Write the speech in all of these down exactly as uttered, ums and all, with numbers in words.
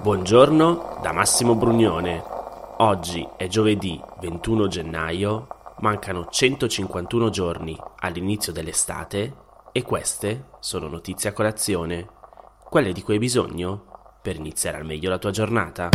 Buongiorno da Massimo Brugnone. Oggi è giovedì ventuno gennaio, mancano centocinquantuno giorni all'inizio dell'estate e queste sono notizie a colazione, quelle di cui hai bisogno per iniziare al meglio la tua giornata.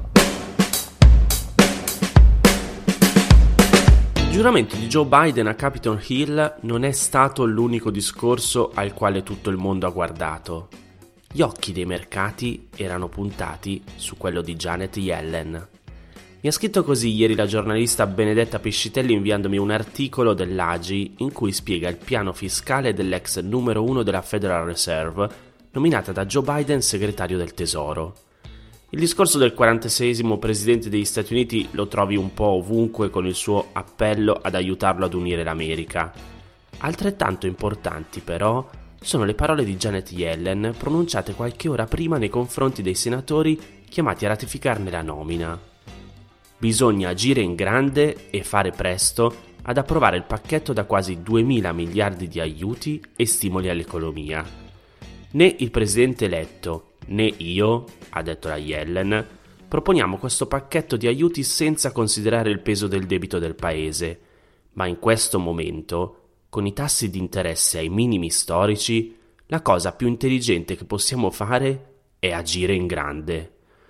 Il giuramento di Joe Biden a Capitol Hill non è stato l'unico discorso al quale tutto il mondo ha guardato. Gli occhi dei mercati erano puntati su quello di Janet Yellen. Mi ha scritto così ieri la giornalista Benedetta Piscitelli inviandomi un articolo dell'A G I in cui spiega il piano fiscale dell'ex numero uno della Federal Reserve, nominata da Joe Biden segretario del Tesoro. Il discorso del quarantaseiesimo presidente degli Stati Uniti lo trovi un po' ovunque con il suo appello ad aiutarlo ad unire l'America. Altrettanto importanti però sono le parole di Janet Yellen pronunciate qualche ora prima nei confronti dei senatori chiamati a ratificarne la nomina. Bisogna agire in grande e fare presto ad approvare il pacchetto da quasi duemila miliardi di aiuti e stimoli all'economia. Né il presidente eletto né io, ha detto la Yellen, proponiamo questo pacchetto di aiuti senza considerare il peso del debito del paese, ma in questo momento, con i tassi di interesse ai minimi storici, la cosa più intelligente che possiamo fare è agire in grande.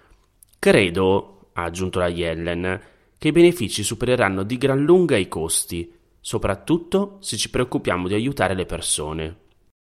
Credo, ha aggiunto la Yellen, che i benefici supereranno di gran lunga i costi, soprattutto se ci preoccupiamo di aiutare le persone.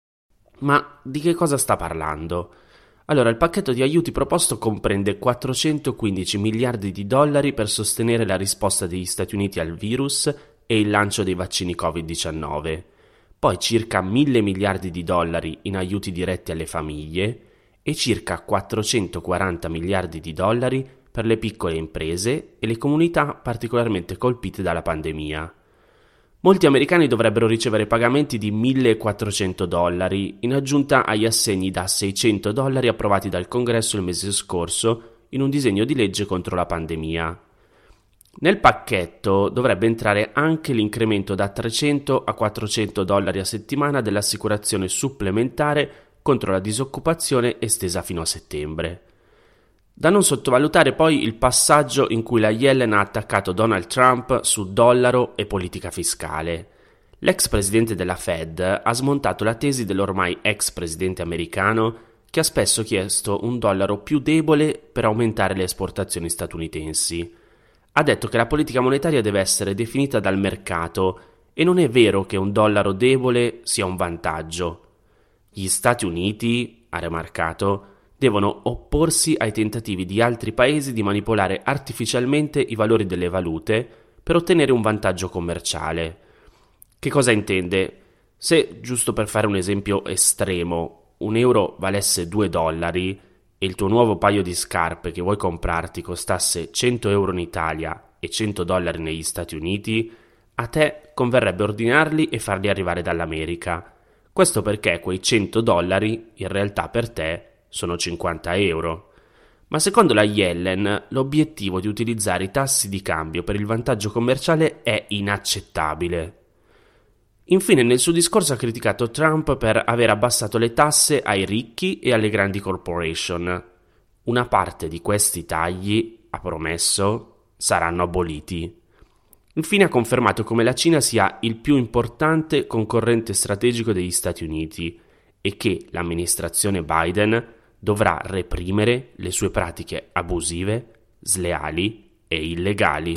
Ma di che cosa sta parlando? Allora, il pacchetto di aiuti proposto comprende quattrocentoquindici miliardi di dollari per sostenere la risposta degli Stati Uniti al virus e il lancio dei vaccini covid diciannove, poi circa mille miliardi di dollari in aiuti diretti alle famiglie e circa quattrocentoquaranta miliardi di dollari per le piccole imprese e le comunità particolarmente colpite dalla pandemia. Molti americani dovrebbero ricevere pagamenti di millequattrocento dollari in aggiunta agli assegni da seicento dollari approvati dal Congresso il mese scorso in un disegno di legge contro la pandemia. Nel pacchetto dovrebbe entrare anche l'incremento da trecento a quattrocento dollari a settimana dell'assicurazione supplementare contro la disoccupazione estesa fino a settembre. Da non sottovalutare poi il passaggio in cui la Yellen ha attaccato Donald Trump su dollaro e politica fiscale. L'ex presidente della Fed ha smontato la tesi dell'ormai ex presidente americano che ha spesso chiesto un dollaro più debole per aumentare le esportazioni statunitensi. Ha detto che la politica monetaria deve essere definita dal mercato e non è vero che un dollaro debole sia un vantaggio. Gli Stati Uniti, ha rimarcato, devono opporsi ai tentativi di altri paesi di manipolare artificialmente i valori delle valute per ottenere un vantaggio commerciale. Che cosa intende? Se, giusto per fare un esempio estremo, un euro valesse due dollari e il tuo nuovo paio di scarpe che vuoi comprarti costasse cento euro in Italia e cento dollari negli Stati Uniti, a te converrebbe ordinarli e farli arrivare dall'America. Questo perché quei cento dollari in realtà per te sono cinquanta euro. Ma secondo la Yellen l'obiettivo di utilizzare i tassi di cambio per il vantaggio commerciale è inaccettabile. Infine nel suo discorso ha criticato Trump per aver abbassato le tasse ai ricchi e alle grandi corporation. Una parte di questi tagli, ha promesso, saranno aboliti. Infine ha confermato come la Cina sia il più importante concorrente strategico degli Stati Uniti e che l'amministrazione Biden dovrà reprimere le sue pratiche abusive, sleali e illegali.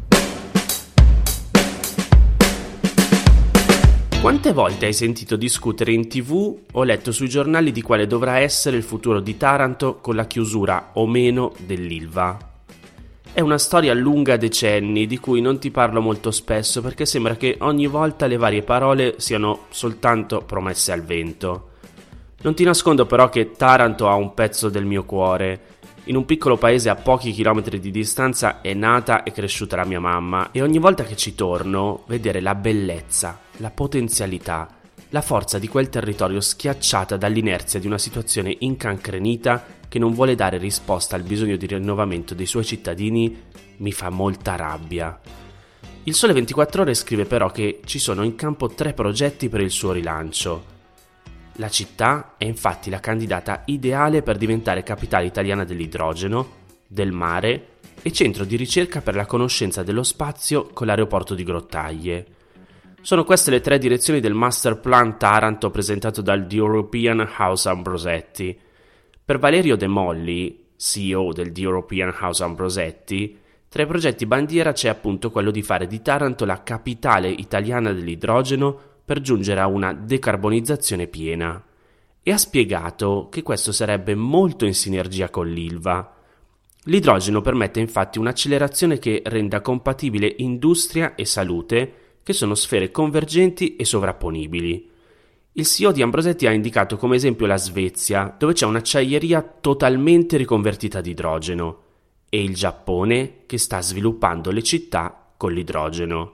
Quante volte hai sentito discutere in tivù o letto sui giornali di quale dovrà essere il futuro di Taranto con la chiusura o meno dell'Ilva? È una storia lunga decenni di cui non ti parlo molto spesso perché sembra che ogni volta le varie parole siano soltanto promesse al vento. Non ti nascondo però che Taranto ha un pezzo del mio cuore. In un piccolo paese a pochi chilometri di distanza è nata e cresciuta la mia mamma e ogni volta che ci torno, vedere la bellezza, la potenzialità, la forza di quel territorio schiacciata dall'inerzia di una situazione incancrenita che non vuole dare risposta al bisogno di rinnovamento dei suoi cittadini mi fa molta rabbia. Il Sole ventiquattro Ore scrive però che ci sono in campo tre progetti per il suo rilancio. La città è infatti la candidata ideale per diventare capitale italiana dell'idrogeno, del mare e centro di ricerca per la conoscenza dello spazio con l'aeroporto di Grottaglie. Sono queste le tre direzioni del Master Plan Taranto presentato dal The European House Ambrosetti. Per Valerio De Molli, C E O del The European House Ambrosetti, tra i progetti bandiera c'è appunto quello di fare di Taranto la capitale italiana dell'idrogeno per giungere a una decarbonizzazione piena. E ha spiegato che questo sarebbe molto in sinergia con l'Ilva. L'idrogeno permette infatti un'accelerazione che renda compatibile industria e salute, che sono sfere convergenti e sovrapponibili. Il C E O di Ambrosetti ha indicato come esempio la Svezia, dove c'è un'acciaieria totalmente riconvertita ad idrogeno, e il Giappone, che sta sviluppando le città con l'idrogeno.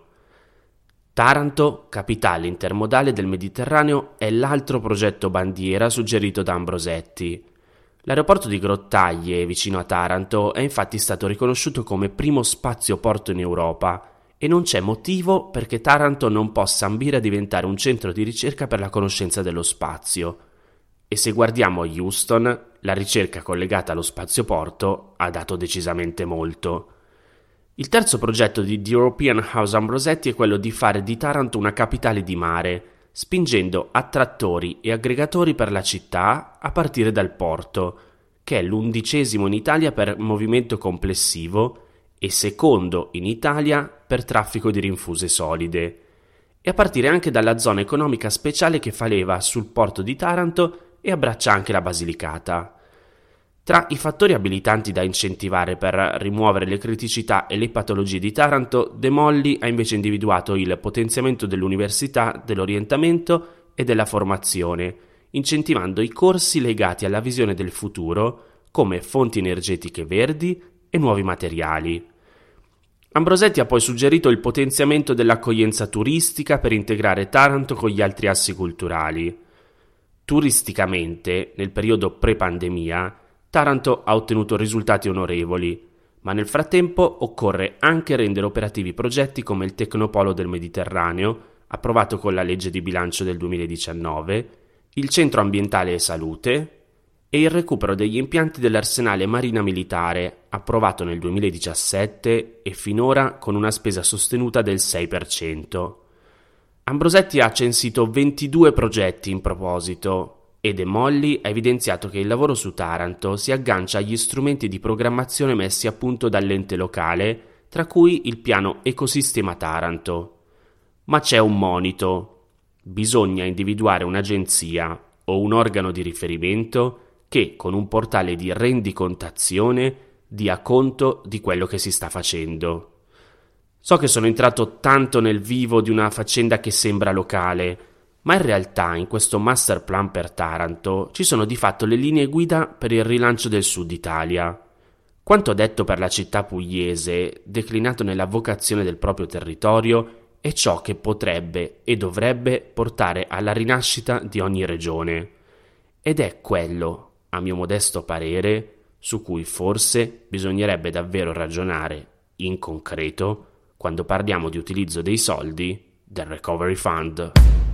Taranto, capitale intermodale del Mediterraneo, è l'altro progetto bandiera suggerito da Ambrosetti. L'aeroporto di Grottaglie, vicino a Taranto, è infatti stato riconosciuto come primo spazio-porto in Europa e non c'è motivo perché Taranto non possa ambire a diventare un centro di ricerca per la conoscenza dello spazio. E se guardiamo Houston, la ricerca collegata allo spazio-porto ha dato decisamente molto. Il terzo progetto di The European House Ambrosetti è quello di fare di Taranto una capitale di mare, spingendo attrattori e aggregatori per la città a partire dal porto, che è l'undicesimo in Italia per movimento complessivo e secondo in Italia per traffico di rinfuse solide, e a partire anche dalla zona economica speciale che fa leva sul porto di Taranto e abbraccia anche la Basilicata. Tra i fattori abilitanti da incentivare per rimuovere le criticità e le patologie di Taranto, De Molli ha invece individuato il potenziamento dell'università, dell'orientamento e della formazione, incentivando i corsi legati alla visione del futuro come fonti energetiche verdi e nuovi materiali. Ambrosetti ha poi suggerito il potenziamento dell'accoglienza turistica per integrare Taranto con gli altri assi culturali. Turisticamente, nel periodo pre-pandemia, Taranto ha ottenuto risultati onorevoli, ma nel frattempo occorre anche rendere operativi progetti come il Tecnopolo del Mediterraneo, approvato con la legge di bilancio del duemiladiciannove, il Centro Ambientale e Salute e il recupero degli impianti dell'Arsenale Marina Militare, approvato nel duemiladiciassette e finora con una spesa sostenuta del sei per cento. Ambrosetti ha censito ventidue progetti in proposito, e De Molli ha evidenziato che il lavoro su Taranto si aggancia agli strumenti di programmazione messi a punto dall'ente locale, tra cui il piano Ecosistema Taranto. Ma c'è un monito: bisogna individuare un'agenzia o un organo di riferimento che, con un portale di rendicontazione, dia conto di quello che si sta facendo. So che sono entrato tanto nel vivo di una faccenda che sembra locale, ma in realtà in questo master plan per Taranto ci sono di fatto le linee guida per il rilancio del Sud Italia. Quanto detto per la città pugliese, declinato nella vocazione del proprio territorio, è ciò che potrebbe e dovrebbe portare alla rinascita di ogni regione. Ed è quello, a mio modesto parere, su cui forse bisognerebbe davvero ragionare in concreto quando parliamo di utilizzo dei soldi del Recovery Fund.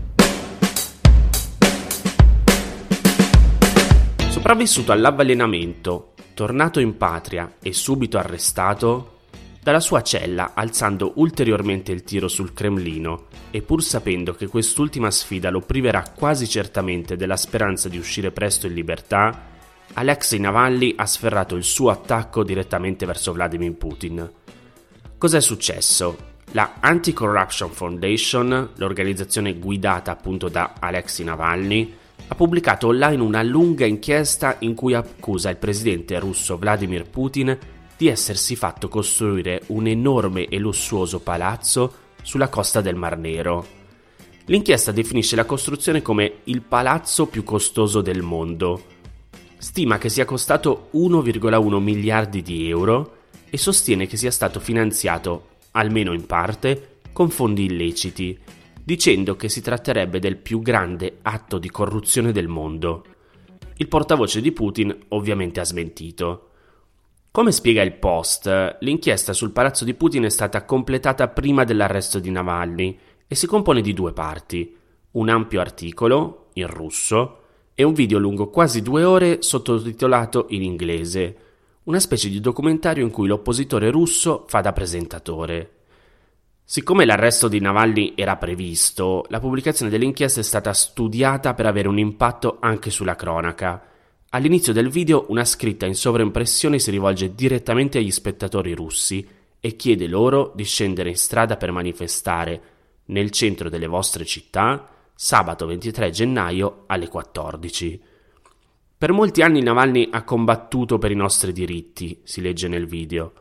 Sopravvissuto all'avvelenamento, tornato in patria e subito arrestato, dalla sua cella alzando ulteriormente il tiro sul Cremlino e pur sapendo che quest'ultima sfida lo priverà quasi certamente della speranza di uscire presto in libertà, Alexei Navalny ha sferrato il suo attacco direttamente verso Vladimir Putin. Cos'è successo? La Anti-Corruption Foundation, l'organizzazione guidata appunto da Alexei Navalny, ha pubblicato online una lunga inchiesta in cui accusa il presidente russo Vladimir Putin di essersi fatto costruire un enorme e lussuoso palazzo sulla costa del Mar Nero. L'inchiesta definisce la costruzione come il palazzo più costoso del mondo. Stima che sia costato uno virgola uno miliardi di euro e sostiene che sia stato finanziato, almeno in parte, con fondi illeciti, dicendo che si tratterebbe del più grande atto di corruzione del mondo. Il portavoce di Putin ovviamente ha smentito. Come spiega il Post, l'inchiesta sul palazzo di Putin è stata completata prima dell'arresto di Navalny e si compone di due parti: un ampio articolo, in russo, È un video lungo quasi due ore sottotitolato in inglese, una specie di documentario in cui l'oppositore russo fa da presentatore. Siccome l'arresto di Navalny era previsto, la pubblicazione dell'inchiesta è stata studiata per avere un impatto anche sulla cronaca. All'inizio del video una scritta in sovraimpressione si rivolge direttamente agli spettatori russi e chiede loro di scendere in strada per manifestare nel centro delle vostre città sabato ventitré gennaio alle quattordici. Per molti anni Navalny ha combattuto per i nostri diritti, si legge nel video.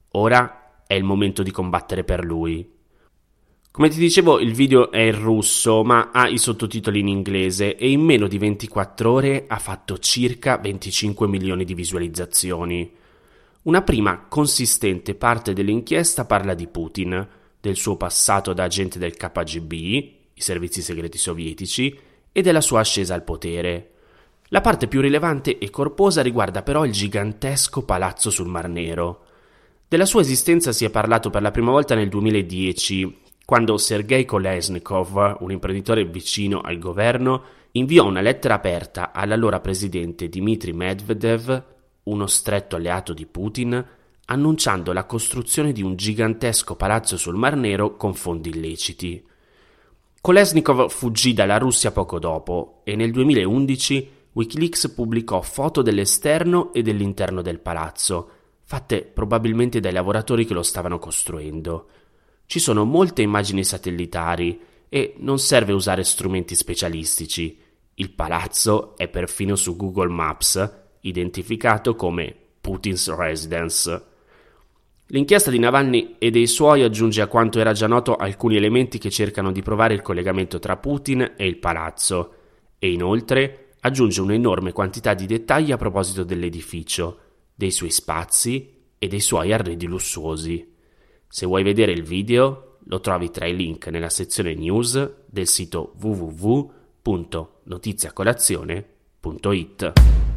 Ora è il momento di combattere per lui. Come ti dicevo, il video è in russo, ma ha i sottotitoli in inglese e in meno di ventiquattro ore ha fatto circa venticinque milioni di visualizzazioni. Una prima consistente parte dell'inchiesta parla di Putin, del suo passato da agente del K G B, i servizi segreti sovietici, e della sua ascesa al potere. La parte più rilevante e corposa riguarda però il gigantesco palazzo sul Mar Nero. Della sua esistenza si è parlato per la prima volta nel duemiladieci, quando Sergei Kolesnikov, un imprenditore vicino al governo, inviò una lettera aperta all'allora presidente Dmitry Medvedev, uno stretto alleato di Putin, annunciando la costruzione di un gigantesco palazzo sul Mar Nero con fondi illeciti. Kolesnikov fuggì dalla Russia poco dopo e nel duemilaundici Wikileaks pubblicò foto dell'esterno e dell'interno del palazzo, fatte probabilmente dai lavoratori che lo stavano costruendo. Ci sono molte immagini satellitari e non serve usare strumenti specialistici. Il palazzo è perfino su Google Maps, identificato come Putin's Residence. L'inchiesta di Navalny e dei suoi aggiunge a quanto era già noto alcuni elementi che cercano di provare il collegamento tra Putin e il palazzo e inoltre aggiunge un'enorme quantità di dettagli a proposito dell'edificio, dei suoi spazi e dei suoi arredi lussuosi. Se vuoi vedere il video, lo trovi tra i link nella sezione news del sito w w w punto notiziacolazione punto i t.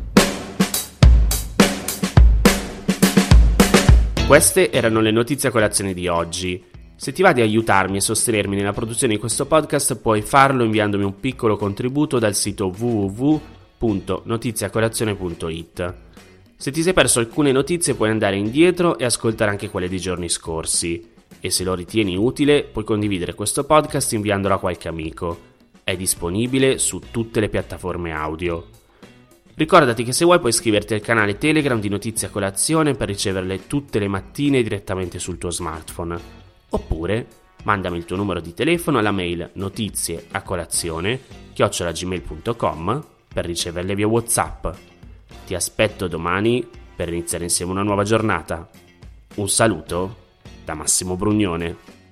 Queste erano le notizie a colazione di oggi. Se ti va di aiutarmi e sostenermi nella produzione di questo podcast, puoi farlo inviandomi un piccolo contributo dal sito w w w punto notiziacolazione punto i t. Se ti sei perso alcune notizie puoi andare indietro e ascoltare anche quelle dei giorni scorsi. E se lo ritieni utile puoi condividere questo podcast inviandolo a qualche amico. È disponibile su tutte le piattaforme audio. Ricordati che se vuoi puoi iscriverti al canale Telegram di Notizie a Colazione per riceverle tutte le mattine direttamente sul tuo smartphone. Oppure mandami il tuo numero di telefono alla mail notizieacolazione chiocciola gmail punto com per riceverle via WhatsApp. Ti aspetto domani per iniziare insieme una nuova giornata. Un saluto da Massimo Brugnone.